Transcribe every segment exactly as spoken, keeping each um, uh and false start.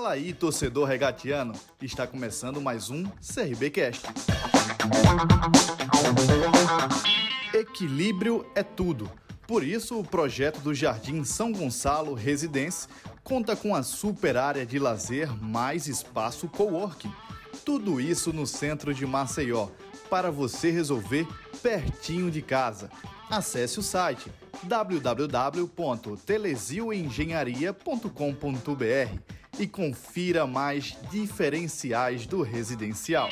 Fala aí, torcedor regatiano, está começando mais um C R B Cast. Equilíbrio é tudo. Por isso, o projeto do Jardim São Gonçalo Residência conta com a super área de lazer mais espaço coworking. Tudo isso no centro de Maceió, para você resolver pertinho de casa. Acesse o site w w w ponto telezil engenharia ponto com ponto b r e confira mais diferenciais do residencial.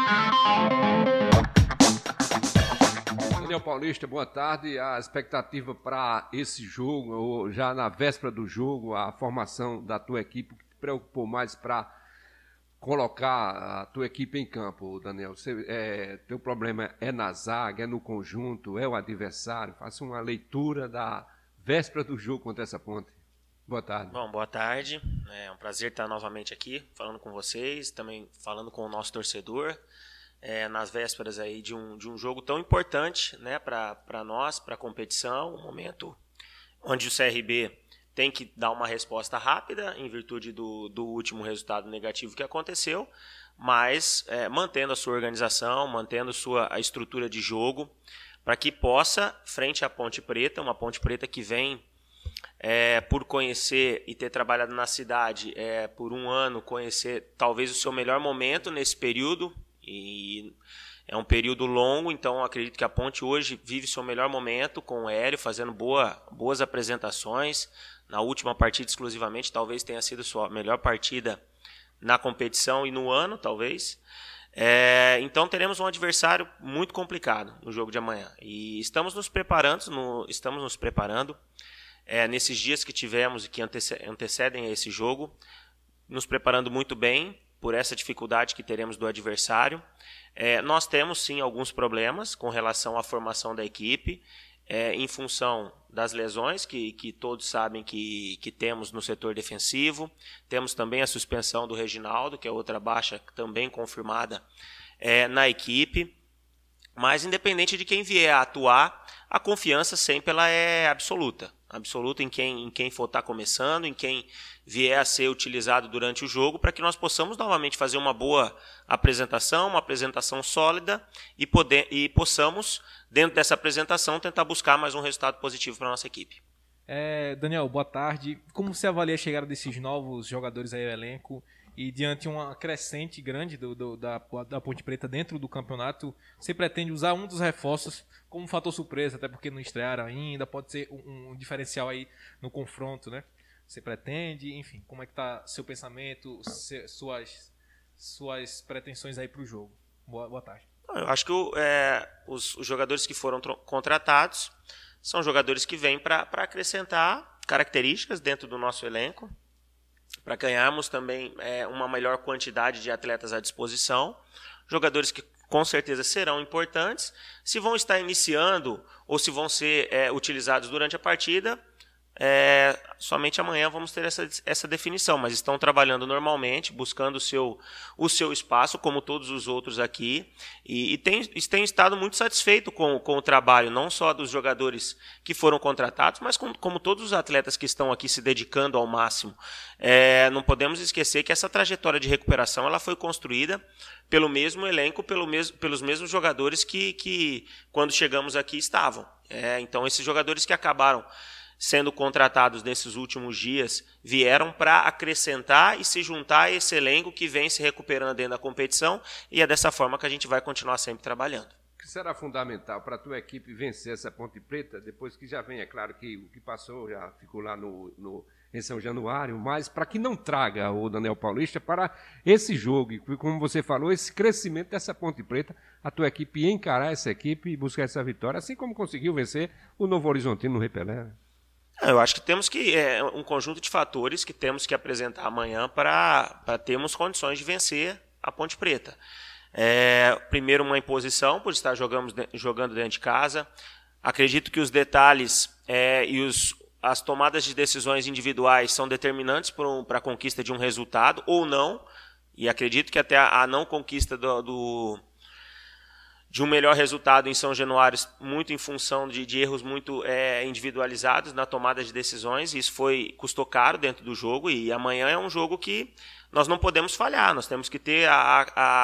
Daniel Paulista, boa tarde. A expectativa para esse jogo, ou já na véspera do jogo, a formação da tua equipe, o que te preocupou mais para colocar a tua equipe em campo, Daniel? Você, é, teu problema é na zaga, é no conjunto, é o adversário? Faça uma leitura da véspera do jogo contra essa Ponte. Boa tarde. Bom, boa tarde. É um prazer estar novamente aqui falando com vocês, também falando com o nosso torcedor, é, nas vésperas aí de um, de um jogo tão importante, né, para nós, para a competição, um momento onde o C R B tem que dar uma resposta rápida em virtude do, do último resultado negativo que aconteceu, mas é, mantendo a sua organização, mantendo sua, a estrutura de jogo, para que possa, frente à Ponte Preta, uma Ponte Preta que vem é, por conhecer e ter trabalhado na cidade é, por um ano, conhecer talvez o seu melhor momento nesse período, e é um período longo, então acredito que a Ponte hoje vive seu melhor momento com o Hélio, fazendo boa, boas apresentações. Na última partida exclusivamente, talvez tenha sido sua melhor partida na competição e no ano, talvez. É, então teremos um adversário muito complicado no jogo de amanhã. E estamos nos preparando, no, estamos nos preparando é, nesses dias que tivemos e que antecedem a esse jogo, nos preparando muito bem por essa dificuldade que teremos do adversário. É, nós temos sim alguns problemas com relação à formação da equipe, É, em função das lesões que, que todos sabem que, que temos no setor defensivo. Temos também a suspensão do Reginaldo, que é outra baixa também confirmada é, na equipe. Mas independente de quem vier a atuar, a confiança sempre ela é absoluta. Absoluta em quem, em quem for estar começando, em quem vier a ser utilizado durante o jogo, para que nós possamos novamente fazer uma boa apresentação, uma apresentação sólida e, poder, e possamos, dentro dessa apresentação, tentar buscar mais um resultado positivo para a nossa equipe. É, Daniel, boa tarde. Como você avalia a chegada desses novos jogadores aí ao elenco e diante de uma crescente grande do, do, da, da Ponte Preta dentro do campeonato, você pretende usar um dos reforços como fator surpresa, até porque não estrearam ainda, pode ser um, um diferencial aí no confronto, né? Você pretende, enfim, como é que está seu pensamento, se, suas, suas pretensões aí para o jogo? Boa, boa tarde. Eu acho que o, é, os, os jogadores que foram contratados são jogadores que vêm para acrescentar características dentro do nosso elenco, para ganharmos também é, uma melhor quantidade de atletas à disposição, jogadores que com certeza serão importantes. Se vão estar iniciando ou se vão ser é, utilizados durante a partida, é, somente amanhã vamos ter essa, essa definição, mas estão trabalhando normalmente, buscando o seu, o seu espaço, como todos os outros aqui, e, e tem, tem estado muito satisfeito com, com o trabalho, não só dos jogadores que foram contratados, mas com, como todos os atletas que estão aqui se dedicando ao máximo. É, não podemos esquecer que essa trajetória de recuperação ela foi construída pelo mesmo elenco, pelo mesmo, pelos mesmos jogadores que, que quando chegamos aqui estavam. É, então esses jogadores que acabaram sendo contratados nesses últimos dias, vieram para acrescentar e se juntar a esse elenco que vem se recuperando dentro da competição, e é dessa forma que a gente vai continuar sempre trabalhando. O que será fundamental para a tua equipe vencer essa Ponte Preta, depois que já vem, é claro que o que passou já ficou lá no, no, em São Januário, mas para que não traga o Daniel Paulista para esse jogo, e como você falou, esse crescimento dessa Ponte Preta, a tua equipe encarar essa equipe e buscar essa vitória, assim como conseguiu vencer o Novo Horizontino no Rei Pelé. Eu acho que temos que é um conjunto de fatores que temos que apresentar amanhã para termos condições de vencer a Ponte Preta. É, primeiro, uma imposição por estar jogamos, jogando dentro de casa. Acredito que os detalhes é, e os, as tomadas de decisões individuais são determinantes para um, a conquista de um resultado ou não. E acredito que até a, a não conquista do, do de um melhor resultado em São Januário, muito em função de, de erros muito é, individualizados na tomada de decisões. Isso foi, custou caro dentro do jogo, e amanhã é um jogo que nós não podemos falhar. Nós temos que ter a,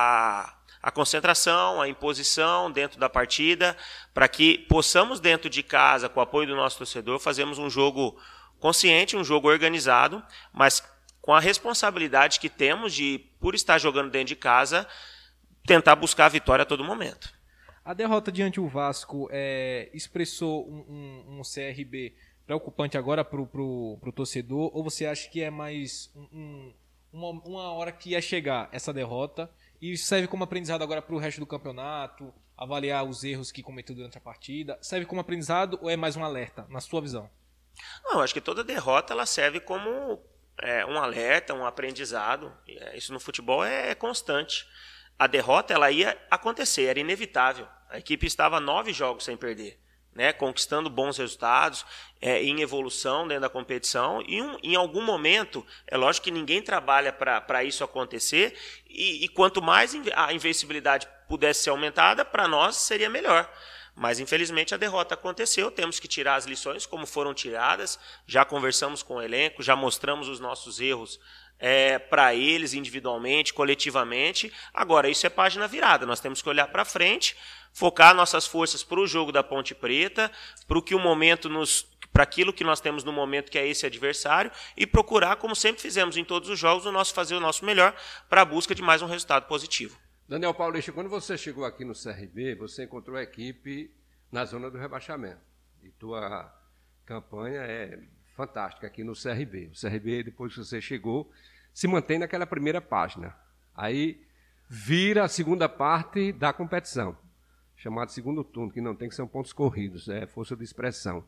a, a concentração, a imposição dentro da partida, para que possamos, dentro de casa, com o apoio do nosso torcedor, fazermos um jogo consciente, um jogo organizado, mas com a responsabilidade que temos de, por estar jogando dentro de casa, tentar buscar a vitória a todo momento. A derrota diante do Vasco é, expressou um, um, um C R B preocupante agora para o torcedor, ou você acha que é mais um, uma, uma hora que ia chegar essa derrota e serve como aprendizado agora para o resto do campeonato, avaliar os erros que cometeu durante a partida? Serve como aprendizado ou é mais um alerta, na sua visão? Não, acho que toda derrota ela serve como é, um alerta, um aprendizado. Isso no futebol é, é constante. A derrota ela ia acontecer, era inevitável. A equipe estava nove jogos sem perder, né, conquistando bons resultados, é, em evolução dentro da competição. E um, em algum momento, é lógico que ninguém trabalha para isso acontecer, e, e quanto mais a invencibilidade pudesse ser aumentada, para nós seria melhor. Mas, infelizmente, a derrota aconteceu, temos que tirar as lições como foram tiradas, já conversamos com o elenco, já mostramos os nossos erros é, para eles individualmente, coletivamente. Agora, isso é página virada, nós temos que olhar para frente, focar nossas forças para o jogo da Ponte Preta, para o que o momento nos, para aquilo que nós temos no momento, que é esse adversário, e procurar, como sempre fizemos em todos os jogos, o nosso, fazer o nosso melhor para a busca de mais um resultado positivo. Daniel Paulista, quando você chegou aqui no C R B, você encontrou a equipe na zona do rebaixamento. E tua campanha é fantástica aqui no C R B. O C R B, depois que você chegou, se mantém naquela primeira página. Aí vira a segunda parte da competição, chamado segundo turno, que não tem que ser pontos corridos, é força de expressão.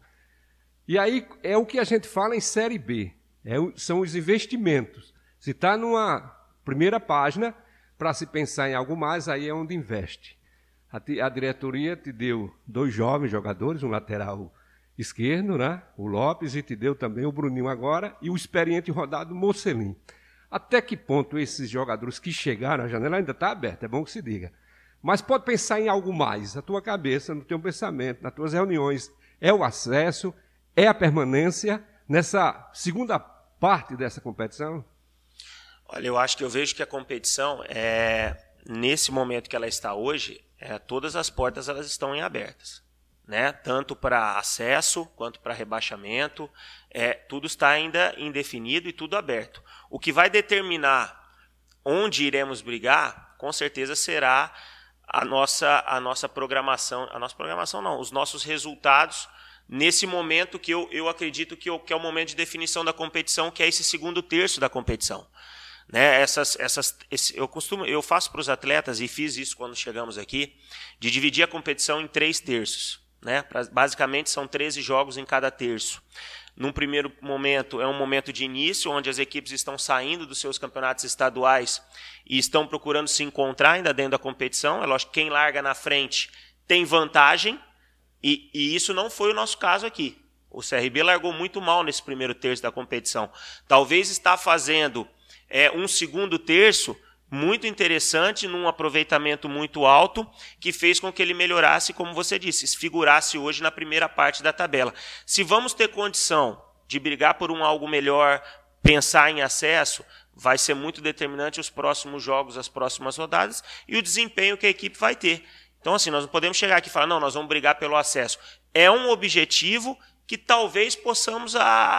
E aí é o que a gente fala em Série B, é, são os investimentos. Se está numa primeira página, para se pensar em algo mais, aí é onde investe. A, a diretoria te deu dois jovens jogadores, um lateral esquerdo, né, o Lopes, e te deu também o Bruninho agora, e o experiente rodado Mocelin. Até que ponto esses jogadores que chegaram, a janela ainda está aberta, é bom que se diga, mas pode pensar em algo mais, na tua cabeça, no teu pensamento, nas tuas reuniões, é o acesso, é a permanência nessa segunda parte dessa competição? Olha, eu acho que eu vejo que a competição, é, nesse momento que ela está hoje, é, todas as portas elas estão em abertas, né? Tanto para acesso quanto para rebaixamento, é, tudo está ainda indefinido e tudo aberto. O que vai determinar onde iremos brigar, com certeza será a nossa, a nossa programação, a nossa programação não, os nossos resultados nesse momento que eu, eu acredito que, eu, que é o momento de definição da competição, que é esse segundo terço da competição. Né, essas, essas, esse, eu, costumo, eu faço para os atletas, e fiz isso quando chegamos aqui, de dividir a competição em três terços. Né, pra, basicamente são treze jogos em cada terço. Num primeiro momento, é um momento de início, onde as equipes estão saindo dos seus campeonatos estaduais e estão procurando se encontrar ainda dentro da competição. É lógico que quem larga na frente tem vantagem, e, e isso não foi o nosso caso aqui. O C R B largou muito mal nesse primeiro terço da competição. Talvez está fazendo é, um segundo terço muito interessante, num aproveitamento muito alto, que fez com que ele melhorasse, como você disse, se figurasse hoje na primeira parte da tabela. Se vamos ter condição de brigar por um algo melhor, pensar em acesso, vai ser muito determinante os próximos jogos, as próximas rodadas, e o desempenho que a equipe vai ter. Então, assim, nós não podemos chegar aqui e falar, não, nós vamos brigar pelo acesso. É um objetivo que talvez possamos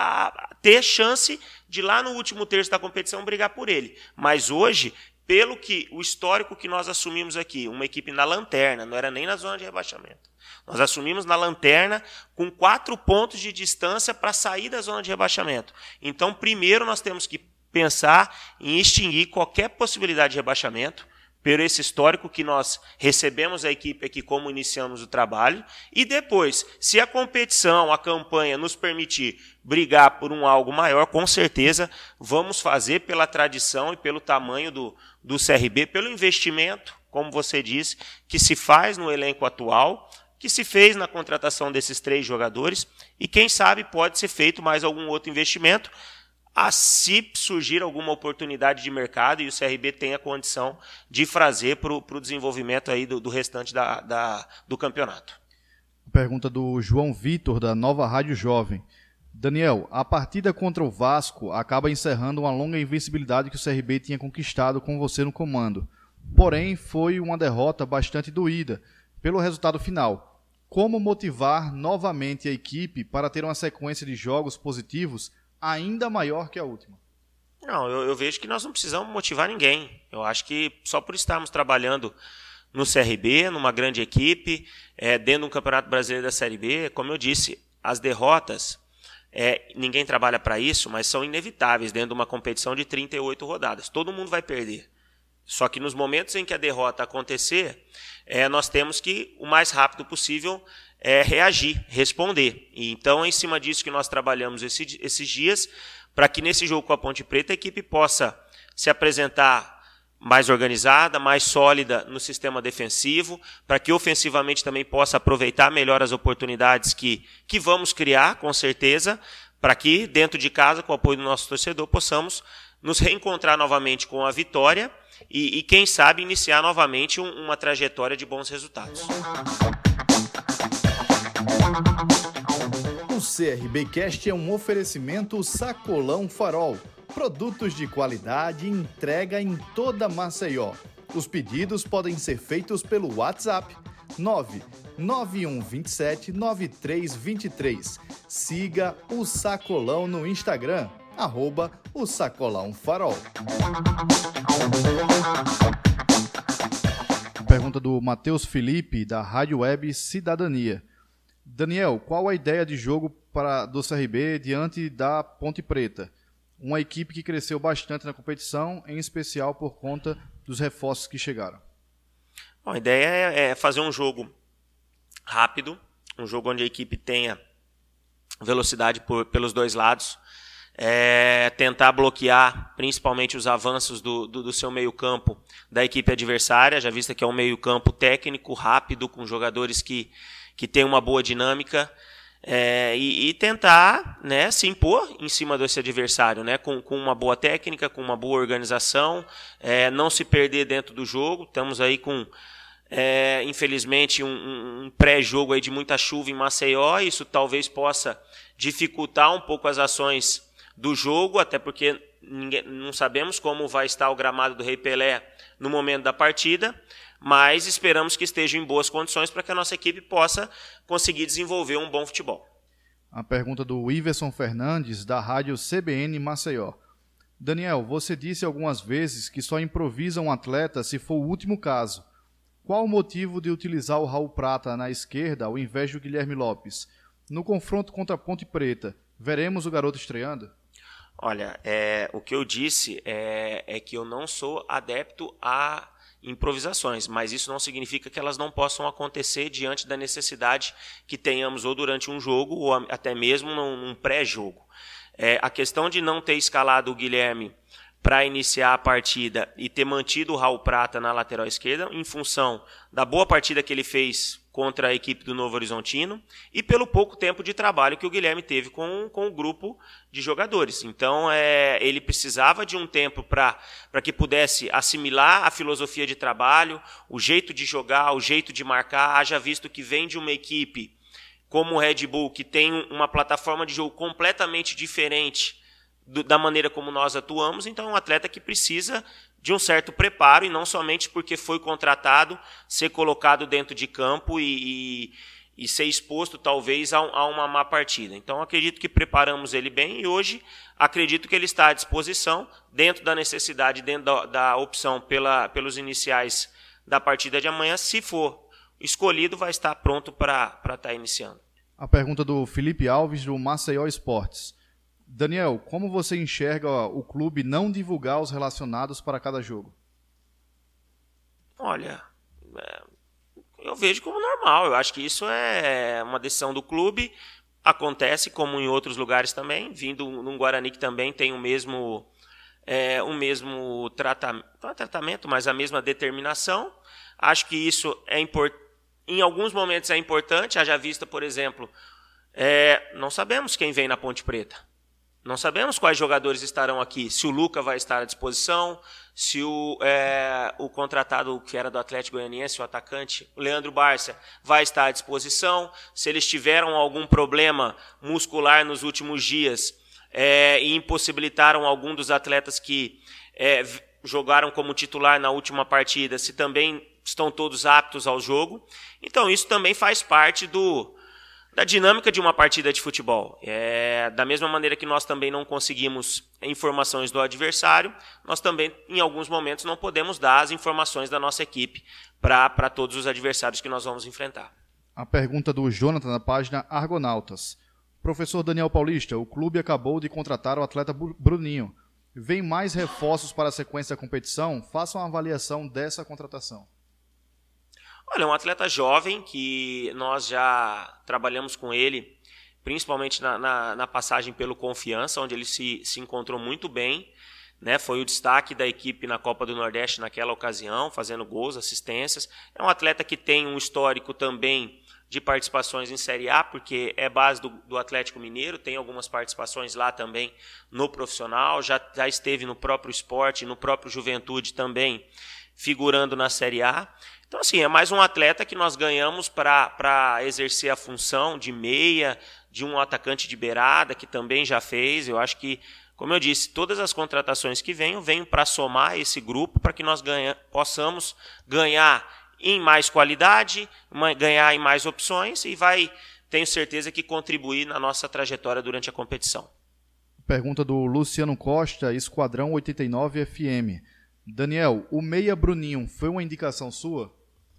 a, ter chance de, lá no último terço da competição, brigar por ele. Mas hoje, pelo que o histórico que nós assumimos aqui, uma equipe na lanterna, não era nem na zona de rebaixamento. Nós assumimos na lanterna com quatro pontos de distância para sair da zona de rebaixamento. Então, primeiro nós temos que pensar em extinguir qualquer possibilidade de rebaixamento, pelo esse histórico que nós recebemos a equipe aqui como iniciamos o trabalho, e depois, se a competição, a campanha nos permitir brigar por um algo maior, com certeza vamos fazer pela tradição e pelo tamanho do, do C R B, pelo investimento, como você disse, que se faz no elenco atual, que se fez na contratação desses três jogadores, e quem sabe pode ser feito mais algum outro investimento, a se surgir alguma oportunidade de mercado e o C R B tem a condição de fazer para o desenvolvimento aí do, do restante da, da, do campeonato. Pergunta do João Vitor, da Nova Rádio Jovem. Daniel, a partida contra o Vasco acaba encerrando uma longa invencibilidade que o C R B tinha conquistado com você no comando. Porém, foi uma derrota bastante doída pelo resultado final. Como motivar novamente a equipe para ter uma sequência de jogos positivos ainda maior que a última? Não, eu, eu vejo que nós não precisamos motivar ninguém. Eu acho que só por estarmos trabalhando no C R B, numa grande equipe, é, dentro do Campeonato Brasileiro da Série B, como eu disse, as derrotas, é, ninguém trabalha para isso, mas são inevitáveis dentro de uma competição de trinta e oito rodadas. Todo mundo vai perder. Só que nos momentos em que a derrota acontecer, é, nós temos que, o mais rápido possível, é, reagir, responder. E então, é em cima disso que nós trabalhamos esse, esses dias, para que nesse jogo com a Ponte Preta a equipe possa se apresentar mais organizada, mais sólida no sistema defensivo, para que ofensivamente também possa aproveitar melhor as oportunidades que, que vamos criar, com certeza, para que dentro de casa, com o apoio do nosso torcedor, possamos nos reencontrar novamente com a vitória e, e quem sabe, iniciar novamente um, uma trajetória de bons resultados. O C R B Cast é um oferecimento Sacolão Farol. Produtos de qualidade e entrega em toda Maceió. Os pedidos podem ser feitos pelo WhatsApp nove nove um dois sete nove três dois três. Siga o Sacolão no Instagram, arroba o Sacolão Farol. Pergunta do Matheus Felipe, da Rádio Web Cidadania. Daniel, qual a ideia de jogo para, do C R B diante da Ponte Preta? Uma equipe que cresceu bastante na competição, em especial por conta dos reforços que chegaram. Bom, a ideia é fazer um jogo rápido, um jogo onde a equipe tenha velocidade por, pelos dois lados, é, tentar bloquear principalmente os avanços do, do, do seu meio-campo da equipe adversária, já visto que é um meio-campo técnico, rápido, com jogadores que, que têm uma boa dinâmica. É, e, e tentar, né, se impor em cima desse adversário, né, com, com uma boa técnica, com uma boa organização, é, não se perder dentro do jogo. Estamos aí com, é, infelizmente, um, um pré-jogo aí de muita chuva em Maceió. Isso talvez possa dificultar um pouco as ações do jogo, até porque ninguém, não sabemos como vai estar o gramado do Rei Pelé no momento da partida, mas esperamos que esteja em boas condições para que a nossa equipe possa conseguir desenvolver um bom futebol. A pergunta do Iverson Fernandes, da rádio C B N Maceió. Daniel, você disse algumas vezes que só improvisa um atleta se for o último caso. Qual o motivo de utilizar o Raul Prata na esquerda ao invés do Guilherme Lopes? No confronto contra a Ponte Preta, veremos o garoto estreando? Olha, é, o que eu disse é, é que eu não sou adepto a improvisações, mas isso não significa que elas não possam acontecer diante da necessidade que tenhamos ou durante um jogo ou até mesmo num pré-jogo. É, a questão de não ter escalado o Guilherme para iniciar a partida e ter mantido o Raul Prata na lateral esquerda em função da boa partida que ele fez contra a equipe do Novo Horizontino e pelo pouco tempo de trabalho que o Guilherme teve com, com o grupo de jogadores. Então, é, ele precisava de um tempo para que pudesse assimilar a filosofia de trabalho, o jeito de jogar, o jeito de marcar, haja visto que vem de uma equipe como o Red Bull, que tem uma plataforma de jogo completamente diferente do, da maneira como nós atuamos. Então, é um atleta que precisa de um certo preparo e não somente porque foi contratado, ser colocado dentro de campo e, e, e ser exposto talvez a, a uma má partida. Então acredito que preparamos ele bem e hoje acredito que ele está à disposição dentro da necessidade, dentro da, da opção pela, pelos iniciais da partida de amanhã. Se for escolhido, vai estar pronto para estar iniciando. A pergunta do Felipe Alves, do Maceió Esportes. Daniel, como você enxerga o clube não divulgar os relacionados para cada jogo? Olha, é, eu vejo como normal. Eu acho que isso é uma decisão do clube. Acontece como em outros lugares também. Vindo num Guarani que também tem o mesmo, é, o mesmo tratamento, não é tratamento, mas a mesma determinação. Acho que isso é importante. Em alguns momentos é importante. Haja vista, por exemplo, é, não sabemos quem vem na Ponte Preta. Não sabemos quais jogadores estarão aqui, se o Luca vai estar à disposição, se o, é, o contratado que era do Atlético Goianiense, o atacante, o Leandro Bárcia, vai estar à disposição, se eles tiveram algum problema muscular nos últimos dias é, e impossibilitaram algum dos atletas que é, jogaram como titular na última partida, se também estão todos aptos ao jogo. Então isso também faz parte do... da dinâmica de uma partida de futebol. É, da mesma maneira que nós também não conseguimos informações do adversário, nós também, em alguns momentos, não podemos dar as informações da nossa equipe para todos os adversários que nós vamos enfrentar. A pergunta do Jonathan na página Argonautas. Professor Daniel Paulista, o clube acabou de contratar o atleta Bruninho. Vem mais reforços para a sequência da competição? Faça uma avaliação dessa contratação. Olha, é um atleta jovem que nós já trabalhamos com ele, principalmente na, na, na passagem pelo Confiança, onde ele se, se encontrou muito bem, né? Foi o destaque da equipe na Copa do Nordeste naquela ocasião, fazendo gols, assistências. É um atleta que tem um histórico também de participações em Série A, porque é base do, do Atlético Mineiro, tem algumas participações lá também no profissional, já, já esteve no próprio Sport, no próprio Juventude também, figurando na Série A. Então, assim, é mais um atleta que nós ganhamos para exercer a função de meia, de um atacante de beirada, que também já fez. Eu acho que, como eu disse, todas as contratações que venham, venham para somar esse grupo, para que nós ganha, possamos ganhar em mais qualidade, uma, ganhar em mais opções e vai, tenho certeza, que contribuir na nossa trajetória durante a competição. Pergunta do Luciano Costa, Esquadrão oitenta e nove F M. Daniel, o meia Bruninho foi uma indicação sua?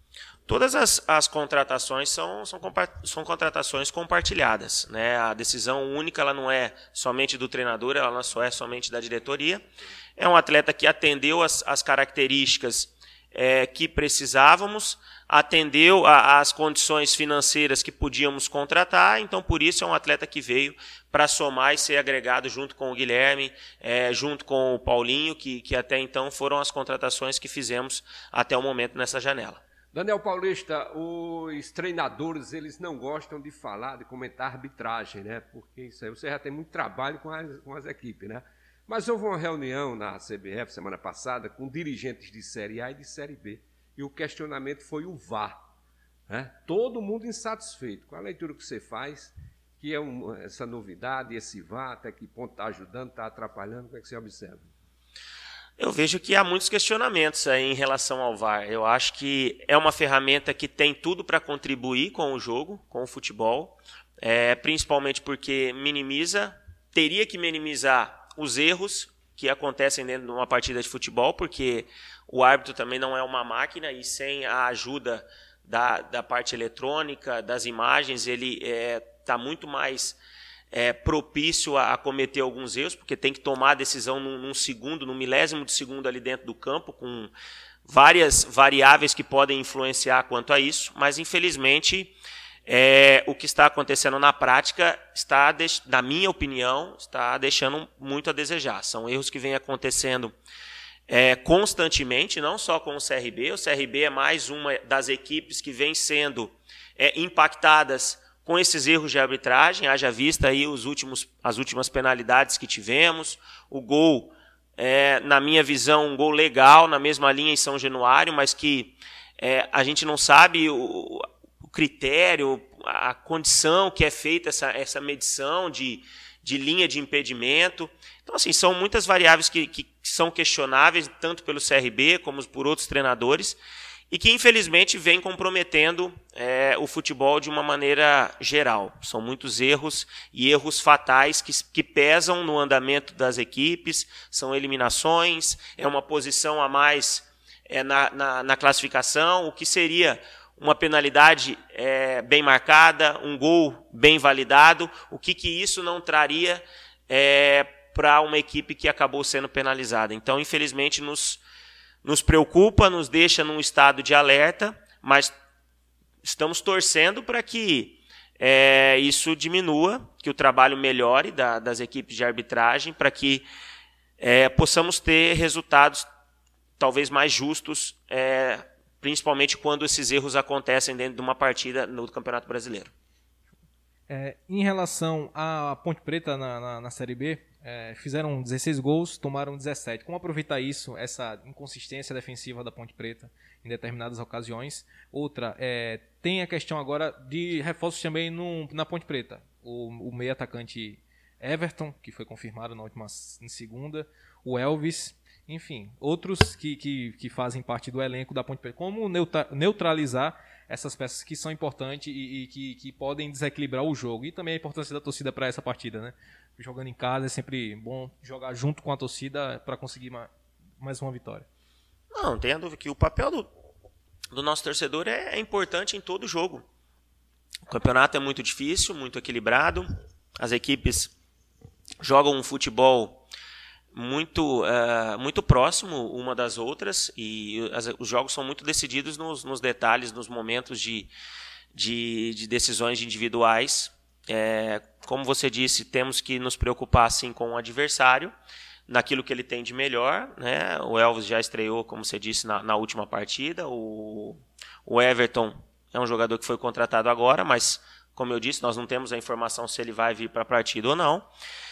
Todas as, as contratações são, são, são contratações compartilhadas, né? A decisão única ela não é somente do treinador, ela não só é somente da diretoria. É um atleta que atendeu as, as características é, que precisávamos, atendeu a, as condições financeiras que podíamos contratar, então por isso é um atleta que veio para somar e ser agregado junto com o Guilherme, é, junto com o Paulinho, que, que até então foram as contratações que fizemos até o momento nessa janela. Daniel Paulista, os treinadores eles não gostam de falar, de comentar arbitragem, né? Porque isso aí você já tem muito trabalho com as, com as equipes, né? Mas houve uma reunião na C B F semana passada com dirigentes de Série A e de Série B e o questionamento foi o V A R, né? Todo mundo insatisfeito. Qual a leitura que você faz? Que é um, essa novidade, esse V A R, até que ponto está ajudando, está atrapalhando? Como é que você observa? Eu vejo que há muitos questionamentos aí em relação ao V A R. Eu acho que é uma ferramenta que tem tudo para contribuir com o jogo, com o futebol, é, principalmente porque minimiza, teria que minimizar os erros que acontecem dentro de uma partida de futebol, porque o árbitro também não é uma máquina e sem a ajuda da, da parte eletrônica, das imagens, ele está é, muito mais... É propício a, a cometer alguns erros, porque tem que tomar a decisão num, num segundo, num milésimo de segundo ali dentro do campo, com várias variáveis que podem influenciar quanto a isso, mas infelizmente é, o que está acontecendo na prática está, na minha opinião, está deixando muito a desejar. São erros que vêm acontecendo é, constantemente, não só com o C R B. O C R B é mais uma das equipes que vem sendo é, impactadas com esses erros de arbitragem, haja vista aí os últimos, as últimas penalidades que tivemos, o gol, é, na minha visão, um gol legal, na mesma linha em São Januário, mas que é, a gente não sabe o, o critério, a condição que é feita essa, essa medição de, de linha de impedimento. Então, assim, são muitas variáveis que, que são questionáveis, tanto pelo C R B como por outros treinadores, e que, infelizmente, vem comprometendo é, o futebol de uma maneira geral. São muitos erros e erros fatais que, que pesam no andamento das equipes, são eliminações, é uma posição a mais é, na, na, na classificação, o que seria uma penalidade é, bem marcada, um gol bem validado, o que, que isso não traria é, para uma equipe que acabou sendo penalizada. Então, infelizmente, nos... Nos preocupa, nos deixa num estado de alerta, mas estamos torcendo para que é, isso diminua, que o trabalho melhore da, das equipes de arbitragem, para que é, possamos ter resultados talvez mais justos, é, principalmente quando esses erros acontecem dentro de uma partida no Campeonato Brasileiro. É, em relação à Ponte Preta na, na, na Série B, é, fizeram dezesseis gols, tomaram dezessete. Como aproveitar isso, essa inconsistência defensiva da Ponte Preta em determinadas ocasiões? Outra, é, tem a questão agora de reforços também no, na Ponte Preta. O, o meio atacante Everton, que foi confirmado na última em segunda, o Elvis, enfim, outros que, que, que fazem parte do elenco da Ponte Preta. Como neutra, neutralizar essas peças que são importantes e, e que, que podem desequilibrar o jogo. E também a importância da torcida para essa partida, né? Jogando em casa é sempre bom jogar junto com a torcida para conseguir uma, mais uma vitória. Não, não tenha dúvida que o papel do, do nosso torcedor é, é importante em todo jogo. O campeonato é muito difícil, muito equilibrado. As equipes jogam um futebol muito, uh, muito próximo uma das outras e as, os jogos são muito decididos nos, nos detalhes, nos momentos de, de, de decisões individuais. É, como você disse, temos que nos preocupar sim com o adversário, naquilo que ele tem de melhor, né? O Elvis já estreou, como você disse, na, na última partida. O, o Everton é um jogador que foi contratado agora, mas, como eu disse, nós não temos a informação se ele vai vir para a partida ou não.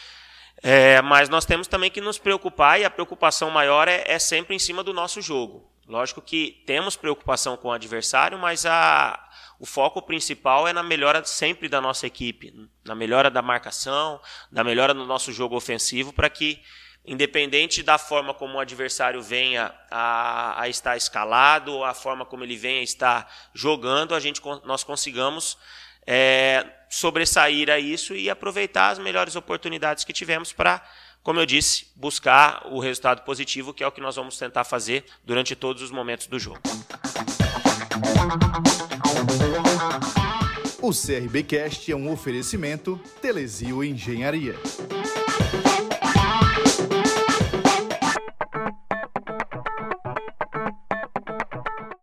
É, mas nós temos também que nos preocupar, e a preocupação maior é, é sempre em cima do nosso jogo. Lógico que temos preocupação com o adversário, mas a, o foco principal é na melhora sempre da nossa equipe, na melhora da marcação, na melhora do nosso jogo ofensivo, para que, independente da forma como o adversário venha a, a estar escalado, ou a forma como ele venha a estar jogando, a gente, nós consigamos é, sobressair a isso e aproveitar as melhores oportunidades que tivemos para, como eu disse, buscar o resultado positivo, que é o que nós vamos tentar fazer durante todos os momentos do jogo. O C R B Cast é um oferecimento Telesio Engenharia.